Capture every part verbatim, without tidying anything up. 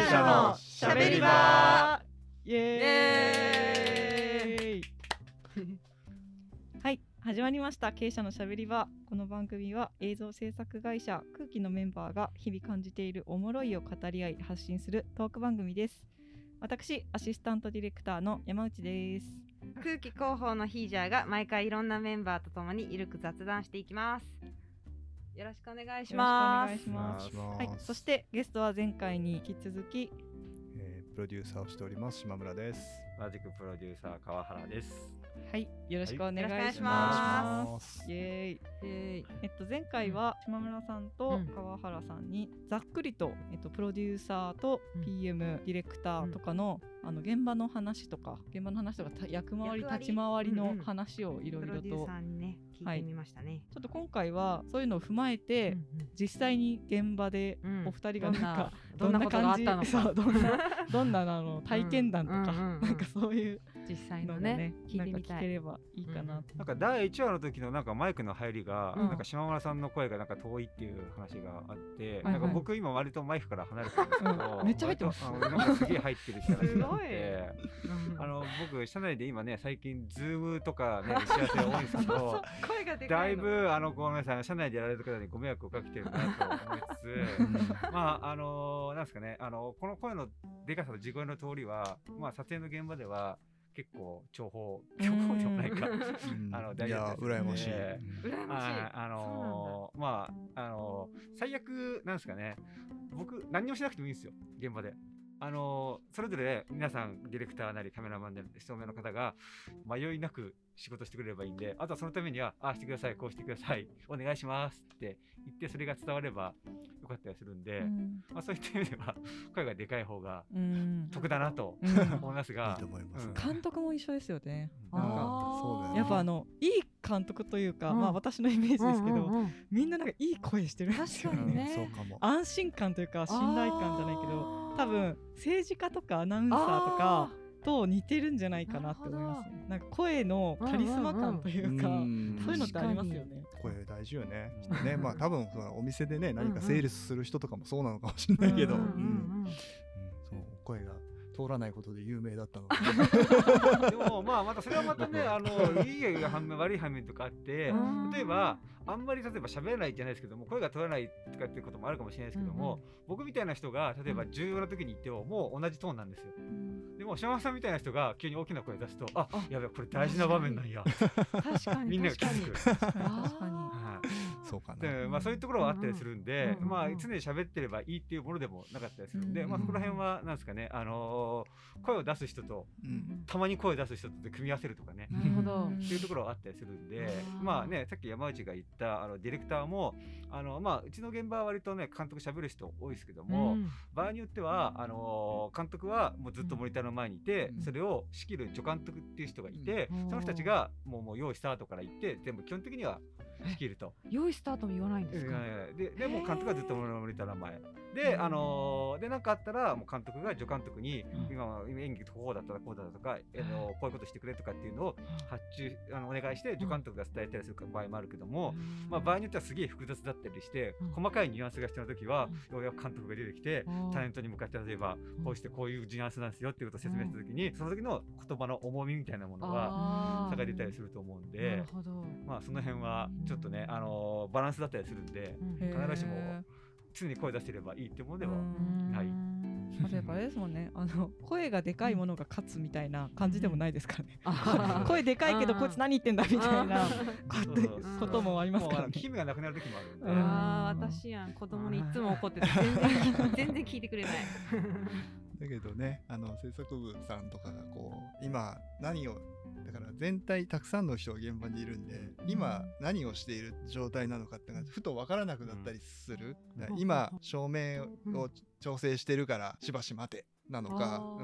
者のしゃべり場。 イエーイはい、始まりました経営者のしゃべり場。この番組は映像制作会社空気のメンバーが日々感じているおもろいを語り合い発信するトーク番組です。私アシスタントディレクターの山内です。 空気広報のヒージャーが毎回いろんなメンバーとともにゆるく雑談していきます。よろしくお願いします。 よろしくお願いします。はい、そしてゲストは前回に引き続き、 えー、プロデューサーをしております島村です。 同じくプロデューサー川原です。 はい、よろしくお願いします。 イエーイ。イエーイ。えっと前回は島村さんと川原さんにざっくりと、えっと、プロデューサーと ピーエム、ディレクターとかの、うん、あの現場の話とか現場の話とか役回り立ち回りの話をいろいろと、 プロデューサーにね聞いてみましたね、はい、 ちょっと今回はそういうのを踏まえて、うんうん、実際に現場でお二人がなんか、 うん、どんなことがあったのかどんなどんなあの体験談とか、うんうんうん、なんかそういう実際のね、ね聞いてみたい。 聞ければいいかなと、 うん、なんかだいいちわの時のなんかマイクの入りが、うん、なんか島村さんの声がなんか遠いっていう話があって、うん、なんか僕今割とマイクから離れてるんですけど、 うん、めっちゃ入ってます。 なんかすげえ入ってるって話があってあの僕社内で今ね最近ズームとかね打ち合わせが多いんですけど声がでかいのだいぶあのごめんなさい社内でやられる方にご迷惑をかけてるなと思いつつまああのなんですかねあのこの声のでかさと地声の通りはまあ撮影の現場では結構重宝重宝でもないかあの大丈夫です、ね、 いや羨ましい、 羨ましい。 あのー、まああのー、最悪なんですかね僕何にもしなくてもいいんですよ現場で。あのー、それぞれ皆さんディレクターなりカメラマンなり照明の方が迷いなく仕事してくれればいいんで、あとはそのためにはああしてくださいこうしてくださいお願いしますって言ってそれが伝わればよかったりするんで、うんまあ、そういった意味では声がでかい方が得だなと思いますが、 うん、いいと思います、ねうん、監督も一緒ですよね。 なんかそうだよね、 やっぱあのいい監督というか、うんまあ、私のイメージですけど、うんうんうん、みんななんかいい声してるんですよね、 ね、 そうかも。 安心感というか信頼感じゃないけど多分政治家とかアナウンサーとかと似てるんじゃないかなって思いますね。なんか声のカリスマ感というか、うんうんうん、そういうのってありますよね。 声大事よね。きっとねまあ多分お店でね何かセールスする人とかもそうなのかもしれないけど、うんうんうんうん、そう声が通らないことで有名だったのでもまあまたそれはまたねあのいい反面悪い反面とかあって例えばあんまり例えば喋らないじゃないですけども声が通らないとかっていうこともあるかもしれないですけども、うんうん、僕みたいな人が例えば重要な時に言ってももう同じトーンなんですよ、うん、でも島村さんみたいな人が急に大きな声出すとあやべこれ大事な場面なんや確かにみんなが気づく確かにそうかなで、まあ、そういうところはあったりするんで、うんうんまあ、常に喋ってればいいっていうものでもなかったりするんで、うんうんまあ、そこら辺はなんですかね、あのー、声を出す人と、うん、たまに声を出す人と組み合わせるとかね、 なるほどっていうところはあったりするんで、まあね、さっき山内が言ったあのディレクターもあの、まあ、うちの現場は割とね監督喋る人多いですけども、うん、場合によってはあのー、監督はもうずっとモニターの前にいて、うん、それを仕切る助監督っていう人がいて、うん、その人たちがもう、もう用意スタートから言って全部基本的には仕切ると。 用意スタートも言わないんですか。 で, でもう監督がずっとモニターの前で、あのー、で何かあったらもう監督が助監督に、うん、今演技こうだったらこうだったとか、あのー、こういうことしてくれとかっていうのを発注あのお願いして助監督が伝えたりする場合もあるけども、うんまあ、場合によってはすげえ複雑だったりして、うん、細かいニュアンスが必要な時は、うん、ようやく監督が出てきて、うん、タレントに向かって例えば、うん、こうしてこういうニュアンスなんですよっていうことを説明した時に、うん、その時の言葉の重みみたいなものが差が出たりすると思うんで、まあその辺はちょっとね、あのー、バランスだったりするんで、うん、必ずしも常に声出せればいいってものではない。 例えばあれですもんね、あの声がでかいものが勝つみたいな感じでもないですからね、うん、声でかいけどこいつ何言ってんだみたいなこともありますからね。 気味がなくなる時もあるんで、 あ私やん子供にいつも怒ってて全然全然聞いてくれないだけどねあの制作部さんとかがこう今何をだから全体たくさんの人が現場にいるんで、うん、今何をしている状態なのかってのがふと分からなくなったりする、うん、今照明を調整してるからしばし待てなのか、うん、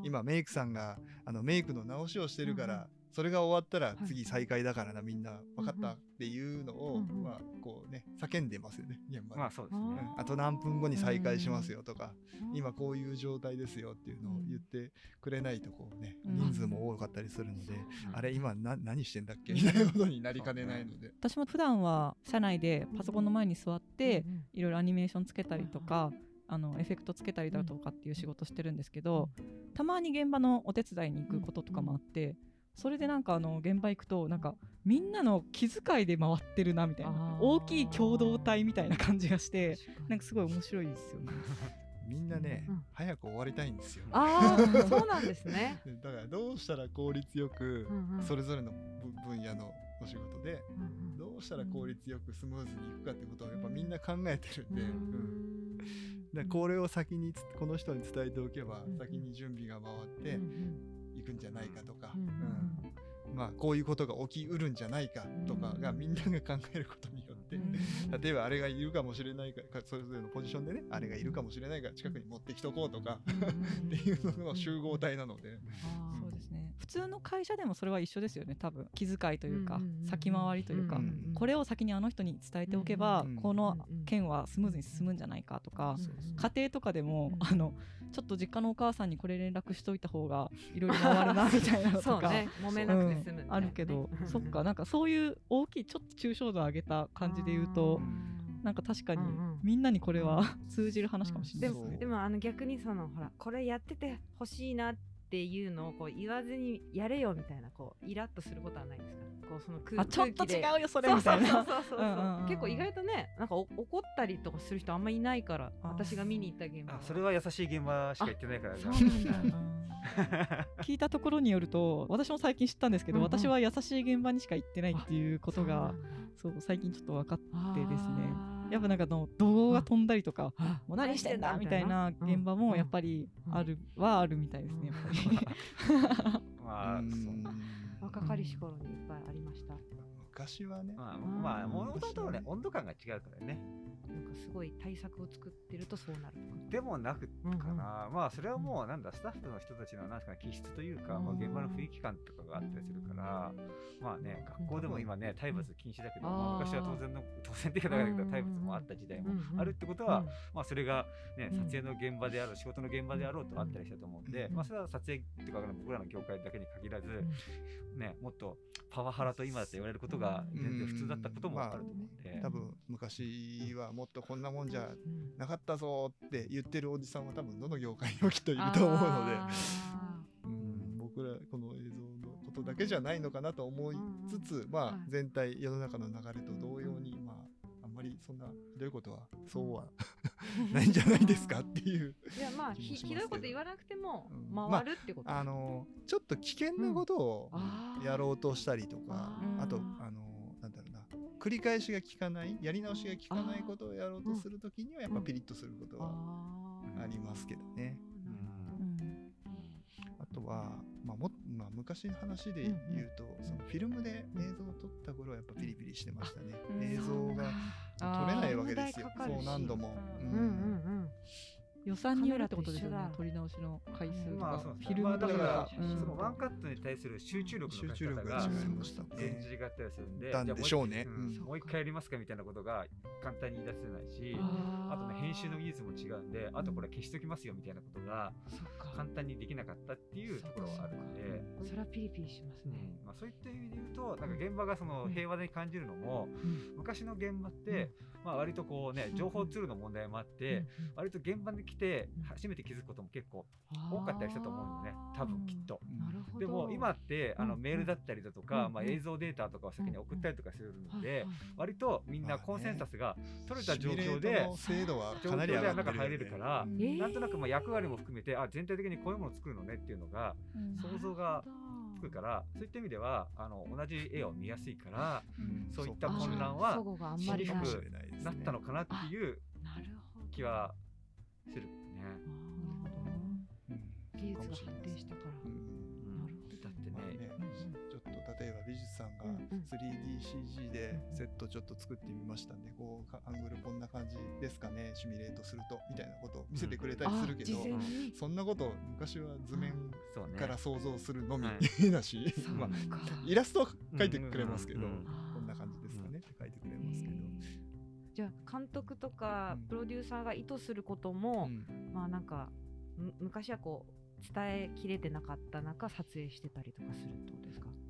今メイクさんがあのメイクの直しをしてるから、うんそれが終わったら次再開だからな、みんな分かったっていうのを、うんうん、まあこうね叫んでますよね現場で。 まあそうですね、うん、 あと何分後に再開しますよとか、うん、今こういう状態ですよっていうのを言ってくれないとこうね、うん、人数も多かったりするので、うん、あれ今な何してんだっけみたいなことになりかねないので、 私も普段は社内でパソコンの前に座っていろいろアニメーションつけたりとかあのエフェクトつけたりだとかっていう仕事してるんですけど、たまに現場のお手伝いに行くこととかもあって、それでなんかあの現場行くとなんかみんなの気遣いで回ってるなみたいな、大きい共同体みたいな感じがして、なんかすごい面白いですよね。 みんなね、 うん、 早く終わりたいんですよ。 ああ、そうなんですね。 だからどうしたら効率よく、 うんうん、 それぞれの分野のお仕事で、 うんうん、 どうしたら効率よくスムーズにいくかってことをやっぱみんな考えてるんで、うん、でこれを先にこの人に伝えておけば、うん、先に準備が回っていくんじゃないかとか、うんうん、まあこういうことが起きうるんじゃないかとかがみんなが考えることによって、うん、例えばあれがいるかもしれないか、それぞれのポジションでね、あれがいるかもしれないから近くに持ってきとこうとかっていうのの集合体なので、 そうですね。普通の会社でもそれは一緒ですよね。多分気遣いというか、うんうんうん、先回りというか、うんうん、これを先にあの人に伝えておけば、うんうん、この件はスムーズに進むんじゃないかとか、うんうん、家庭とかでも、うん、あのちょっと実家のお母さんにこれ連絡しといた方がいろいろ回るなみたいなのとかそうね、揉めなくて済むみたいな、ね、 うん、あるけどそっか、なんかそういう大きいちょっと抽象度を上げた感じで言うと、なんか確かにみんなにこれは通じる話かもしれないですね。 でも、でもあの逆にそのほらこれやっててほしいなっていうのをこう言わずにやれよみたいな、こうイラッとすることはないですか？こうその空あちょっと違うよそれみたいな。 そうそうそうそう、うんうんうん、結構意外とね、なんか怒ったりとかする人あんまりいないから、私が見に行った現場は。 あ、それは優しい現場しか行ってないからね。 聞いたところによると、私も最近知ったんですけど、うんうん、私は優しい現場にしか行ってないっていうことがそう最近ちょっと分かってですね、やっぱなんかの動画飛んだりとか、もう何してんだみたいな現場もやっぱりあるはあるみたいですね、やっぱり。 まあ、 若かりし頃にいっぱいありました。 昔はね、 まあ、まあ、物事とね、温度感が違うからね。 なんかすごい対策を作ってるとそうなるとかでもなくかな、うんうん、まあそれはもうなんだ、スタッフの人たちのなんか気質というか、うん、まあ、現場の雰囲気感とかがあったりするから、うん、まあね、学校でも今ね体罰禁止だけど、うん、まあ、昔は当然の当然的なだけど体罰もあった時代もあるってことは、うん、まあそれがね、撮影の現場である、仕事の現場であろうとあったりしたと思うんで、うん、まあそれは撮影っていうか僕らの業界だけに限らず、うん、ね、もっとパワハラと今だって言われることが全然普通だったこともあると思うんで、 まあ、多分昔はもっとこんなもんじゃなかったぞって言ってるおじさんは多分どの業界にもきっといると思うので、うん、僕らこの映像のことだけじゃないのかなと思いつつ、まあ全体世の中の流れと同様に、まああんまりそんなひどいことはそうはないんじゃないですかっていう。 いや、まあひどいこと言わなくても回るってこと、 まあ、あのちょっと危険なことをやろうとしたりとか、あとあのなんだろうな、繰り返しが効かない、やり直しが効かないことをやろうとするときにはやっぱピリッとすることはありますけどね。うん、あとは、まあもまあ、昔の話で言うと、うんうん、そのフィルムで映像を撮った頃はやっぱピリピリしてましたね。うん、映像が撮れないわけですよ。そう何度も。うんうんうん、 予算によるってことですよね。撮り直しの回数とか、まあ、フィルムとか、 まあ、だから、うん、そのワンカットに対する集中力の書き方が全然違ったりするんで、 なんでしょうね。 うん、もう一回やりますかみたいなことが簡単に言い出せないし、あとね、編集の技術も違うんで、あとこれ消しときますよみたいなことが簡単にできなかったっていうところはあるんで、 それはピリピリしますね。 うん、まあ、そういった意味で言うと、なんか現場がその平和で感じるのも、うん、昔の現場って、まあ、割とこうね、情報ツールの問題もあって、割と現場に来て初めて気づくことも結構多かったりしたと思うんだよね、多分きっと。でも今ってあのメールだったりだとか、まあ、映像データとかを先に送ったりとかするので、割とみんなコンセンサスが取れた状況で精度はかなり上がってる中入れるから、なんとなくまあ役割も含めて、あ、全体的にこういうものを作るのねっていうのが想像がつくから、そういった意味ではあの同じ絵を見やすいから、そういった混乱はしにくくなったのかなっていう気はするね。 技術が発展したから。 だってね、 ちょっと例えば美術さんが スリーディーシージー でセットちょっと作ってみましたんで、こうアングルこんな感じですかね、シミュレートするとみたいなことを見せてくれたりするけど、そんなこと昔は図面から想像するのみだし、まあイラストは描いてくれますけど、こんな感じですかねって書いてくれますけど。 じゃあ監督とかプロデューサーが意図することも、うん、まあなんか昔はこう伝えきれてなかった中撮影してたりとかするってことですか？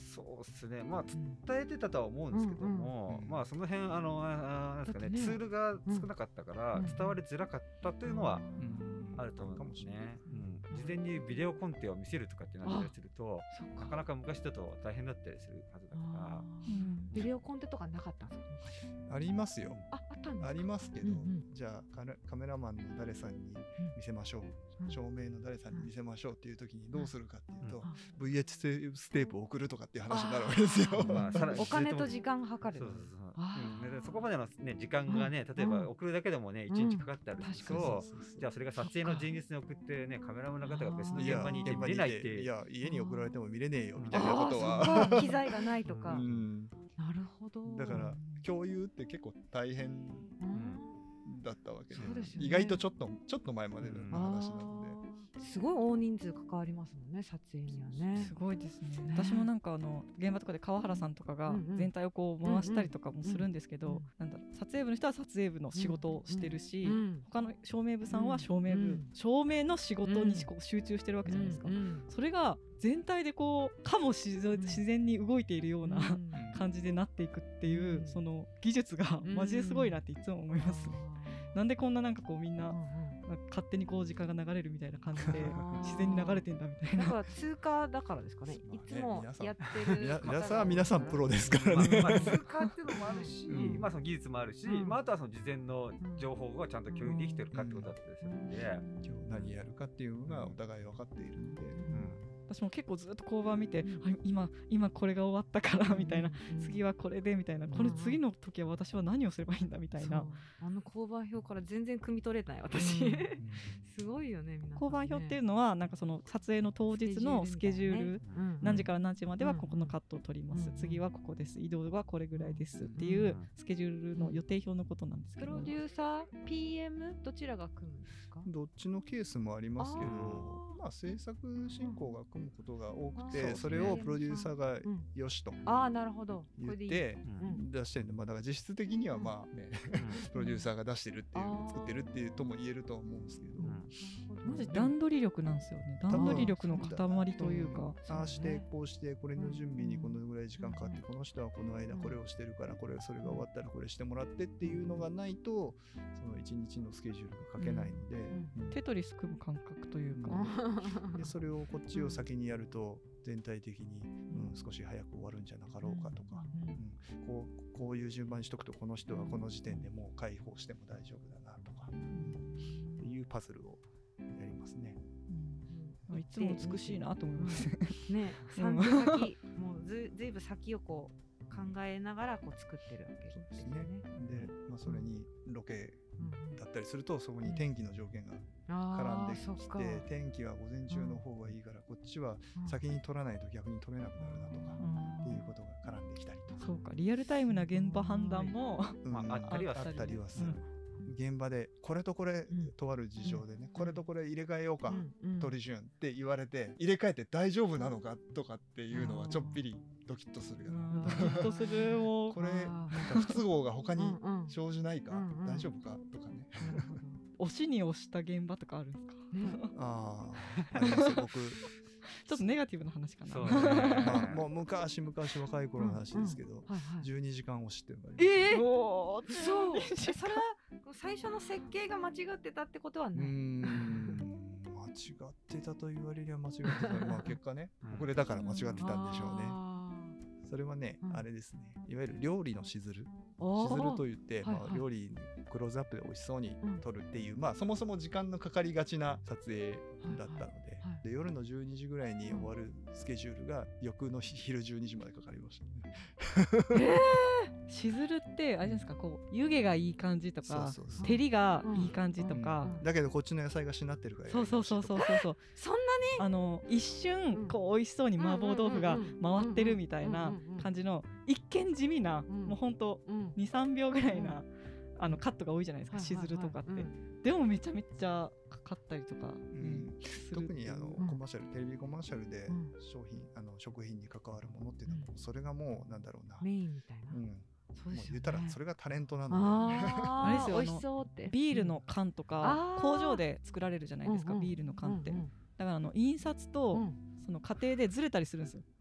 そうですね、まあうん伝えてたとは思うんですけども、 うんうんまあその辺あのあなんですかね、 だってねツールが少なかったからうん伝わりづらかったというのはうんあると思うんですね。 うんうん、事前にビデオコンテを見せるとかってなったりすると、 そっかなかなか昔だと大変だったりするはずだからあ。ービデオコンテとかなかったんですか昔。 ありますよ。 あ、あったんですか。 ありますけど、 うんうんじゃあカメカメラマンの誰さんに見せましょう、 うん照明の誰さんに見せましょうっていう時にどうするかっていうと、 あブイエイチ ステープを送るとかっていう話になるわけですよ。 あーまあさらにお金と時間計る。 そうそうそうあーうんでそこまでの、ね、時間がね、 うん例えば送るだけでもね、 うんいちにちかかってある確かと、 にじゃあそれが撮影の前日に送ってね、カメラマンの方が別のあー現場にいて見れないっていや家に送られても見れねえようんみたいなことあーは、 そっか機材がないとか。 うん、 なるほど。 だから共有って結構大変うんだったわけで、 そうですよね意外とちょっとちょっと前までのうん話なので、 あーすごい大人数関わりますもんね、撮影にはねす。ごいですね。 ね私もなんかあの現場とかで川原さんとかがうんうん全体をこう回したりとかもするんですけどうんうん、 なんだろう、撮影部の人は撮影部の仕事をしてるし、 うん他の照明部さんは照明部、 うん照明の仕事にこう集中してるわけじゃないですか。 うんうんそれが全体でこうかも自然自然に動いているような、 うん感じでなっていくっていう、 うんその技術がマジですごいなっていつも思います。なんでこんななんかこうみんなあーうんうんなんか勝手にこう時間が流れるみたいな感じであー自然に流れてんだみたいな。 だから通過だからですかね。 まあねいつも皆さんやってる皆方が皆さんは皆さんプロですからまあね。 まあ通過っていうのもあるし、 うんまあその技術もあるし、 うんまああとはその事前の情報がちゃんと共有できてるかってことだったりするんで、 今日何やるかっていうのがお互い分かっているので、 私も結構ずっと交番見て、あ今今これが終わったからみたいな、次はこれでみたいな、これ次の時は私は何をすればいいんだみたいな。 そうあの交番表から全然汲み取れない私、 うんすごいよね皆さんね。 交番表っていうのはなんかその撮影の当日のスケジュール、 うん何時から何時まではここのうんカットを取ります、 うん次はここです、移動はこれぐらいですっていうスケジュールの予定表のことなんですけど、 プロデューサー ピーエム どちらが組むんですか。 どっちのケースもありますけど、 あーまあ制作進行が組むことが多くあーて、 そそうれをプロデューサーがうんよしとああなるほど。こ言っれでいい。 てうん出してるんで、まあだから実質的にはまあね、プロデューサーが出してるっていうあー作ってるっていうとも言えるとは思うんですけど、 マジ段取り力なんですよね。段取り力の塊というか、 ああしてこうしてこれの準備にこのぐらい時間かかって、この人はこの間これをしてるから、これそれが終わったらこれしてもらってっていうのがないと、その一日のスケジュールが書けないので、うんテトリス組む感覚というか、 でそれをこっちを先にやると全体的に、うん、少し早く終わるんじゃなかろうかとか、 うんうんこうこういう順番にしとくとこの人はこの時点でもう解放しても大丈夫だなとか、うんっていうパズルをやりますね。 うんいつも美しいなと思います。 ね、 うんさんじ先、もうずずいぶん先をこう考えながらこう作ってるわけそうでですすねね。。 で、まあ、それにロケうんうんだったりするとそこに天気の条件が絡んできあーそっかて、天気は午前中の方がいいからこっちは先に取らないと逆に取れなくなるなとかっていうことが絡んできたりとか、 そうか、リアルタイムな現場判断も、 うんまああったりはするあったりはするうん現場でこれとこれうんとある事情でね、 うんこれとこれ入れ替えようか、 うんうん取り順って言われて入れ替えて大丈夫なのかとかっていうのはちょっぴりドキッとするよな、 うんドキッとするもうこれあーなんか不都合が他にうんうん生じないか、 うんうん大丈夫かとかねなるほど押しに押した現場とかあるんですか？ ねああありますよ僕ちょっとネガティブな話かな。 そうねまあ、もう昔昔若い頃の話ですけど、 はいはいじゅうにじかん押しっていうのがありますえーおーそうえそれは最初の設計が間違ってたってことはうーない。 ん間違ってたと言われりゃ間違ってたまあ結果ねうん遅れだから間違ってたんでしょうね、 あそれはね、 うんあれですねいわゆる料理のしずるーおーしずると言って、 はいはいまあ、料理クローズアップで美味しそうにうん撮るっていう、まあそもそも時間のかかりがちな撮影だったので,、 はいで夜のじゅうにじぐらいに終わるスケジュールが翌の昼じゅうにじまでかかりましたね。 しずるってあれですか、こう湯気がいい感じとそうか、 そうそう照りがいい感じとか、 うんだけどこっちの野菜がしなってるからやそうそうそうそうそうそう。 そんなあの一瞬うんこう美味しそうに麻婆豆腐が回ってるみたいなうんうんうん感じの一見地味な、 うんもうほんとうんにさんびょうぐらいな、あのカットが多いじゃないですか、しずるとかって、でもめちゃめちゃかかったりとか、 うんするっていう特にあの、 うんコマーシャルテレビコマーシャルでうん商品、あの食品に関わるものっていうのは、 うんそれがもうなんだろうな、 メインみたいな。 うんそうですよね。 もう言ったらそれがタレントなので、 ああれですよ美味しそうって。 ビールの缶とかあー工場で作られるじゃないですか、 うんうんビールの缶って、 うんうんだからあの印刷と、 うんその過程でずれたりするんですよ。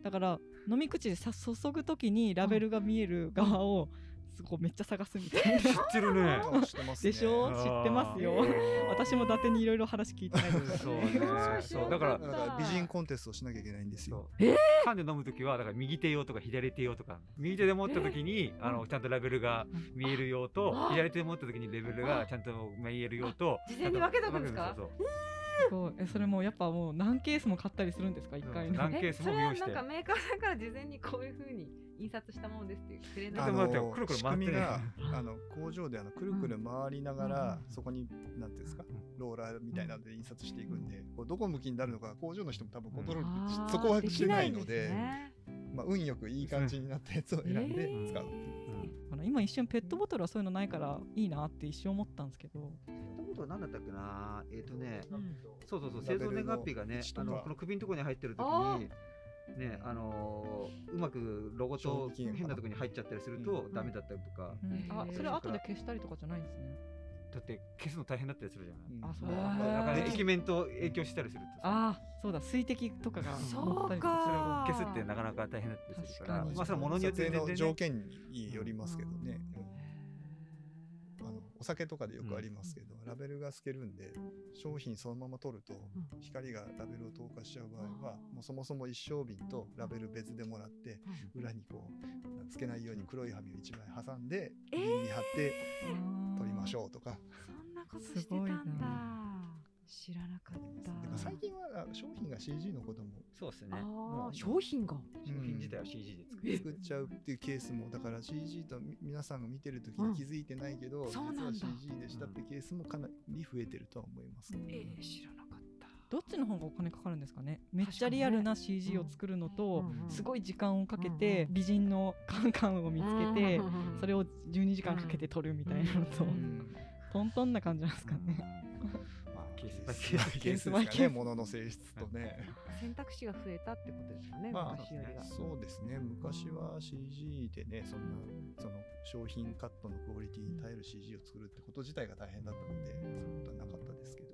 だから飲み口でさ注ぐときにラベルが見える側をすごいめっちゃ探すみたいな。 知ってるね。 あ知ってますねでしょ、知ってますよ。私も伊達にいろいろ話聞いてないですそうね。そうだかだからら美人コンテストをしなきゃいけないんですよ。 えー缶で飲むときはだから右手用とか左手用とか、右手で持ったときにあのちゃんとラベルが見える用と、左手で持ったときにラベルがちゃんと見える用と、 事前に分けとくんですか？ そうすごい。えそれもやっぱもう何ケースも買ったりするんですか、一回の。 うん何ケースえそれはも用意してなんかメーカーさんから事前にこういう風に印刷したものですってくれないあちょっと待ってよのくるくる仕回ってね組みがあの工場であのくるくる回りながら、そこになんていうんですか、ローラーみたいなので印刷していくんで、こうどこ向きになるのか工場の人も多分コントロール、 あーそこはしてないのきで、 ねまあ、運よくいい感じになったやつを選んで使うっていう。 あの今一瞬ペットボトルはそういうのないからいいなって一瞬思ったんですけど、 ペットボトルなんだったっけな、えっ、とね、 うんそうそうそう、製造年月日がね、あのこの首のところに入ってるときあに、ね、あのーうまくロゴと賞味期限が変なところに入っちゃったりするとダメだったりとか、 うんへーあそれ後で消したりとかじゃないんですね。 だって消すの大変だったりするじゃない。 うんあそうへーだからね、 だ液面と影響したりするとさ、 あーそうだ、水滴とかがそう乗ったりか消すってなかなか大変だったりするから、 確かにまあそれは物によって撮影の全然ね。 条件によりますけどね、 うんうんあのお酒とかでよくありますけど、ラベルが透けるんで商品そのまま取ると、 うん光がラベルを透過しちゃう場合は、もうそもそも一升瓶とラベル別でもらって、裏にこう透けないように黒い紙をいちまい挟んでえー瓶に貼って取りましう。 ょうとか。 そんなことしてたんだすごいな。 知らなかったでも最近は商品が シージー のこともそうですね。 あもうー商品が商品自体は シージー で作る。 作っちゃうっていうケースも、だから シージー とみ皆さんが見てるときに気づいてないけど、 んそうなんだ実は シージー でしたってケースもかなり増えてるとは思いますけど、 えー知らなかったどっちの方がお金かかるんですかね。めっちゃリアルな シージー を作るのと、 うんうんすごい時間をかけてうん美人のカンカンを見つけて、それををじゅうにじかんかけて撮るみたいなのと、 ううんんトントンな感じなんですかね。 まあケースバイケースケース。 ですかね、ものの性質とね。 選択肢が増えたってことですかね、 まあ昔よりがそうですね、昔は シージー でね、そんなその商品カットのクオリティに耐える シージー を作るってこと自体が大変だったので、そういうことはなかったですけど。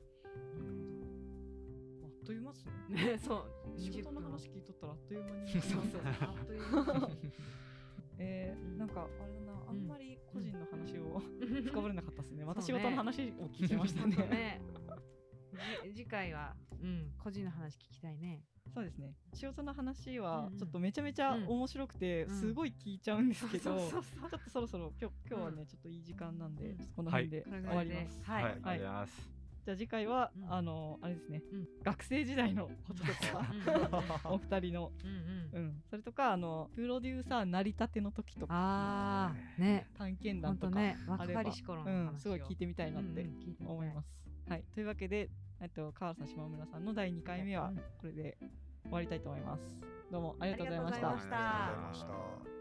あっという間っすね。 ねそう仕事の話聞いとったらあっという間に。 そうそうあっという間えー、なんかあれだな、あんまり個人の話をに深掘れなかったですね。また仕そうね事の話を聞いてましたね。 そうねじ次回は、うん、個人の話聞きたいね。 そうですね。仕事の話はうんうんちょっとめちゃめちゃ面白くて、 うんすごい聞いちゃうんですけど、 そうそうそうちょっとそろそろ今日今日はね、ちょっといい時間なんで、 うんちょっとこの辺でこれぐ終わらいでります。 はい、 はい、ありがとうございます。 じゃあ次回は、 うんあのあれですね、 うん学生時代のこととか、お二人の、 うんうんうん、それとかあのプロデューサーなりたての時とかああね探検ほんと談とか、 ね若あればかりし頃の話を、 うん、すごい聞いてみたいなってうんうん聞いてみたい思います。はい、というわけで、えっと川原さん、島村さんのだいにかいめはうんこれで終わりたいと思います。どうもありがとうございましたありがとうございまし。たありがとうございました。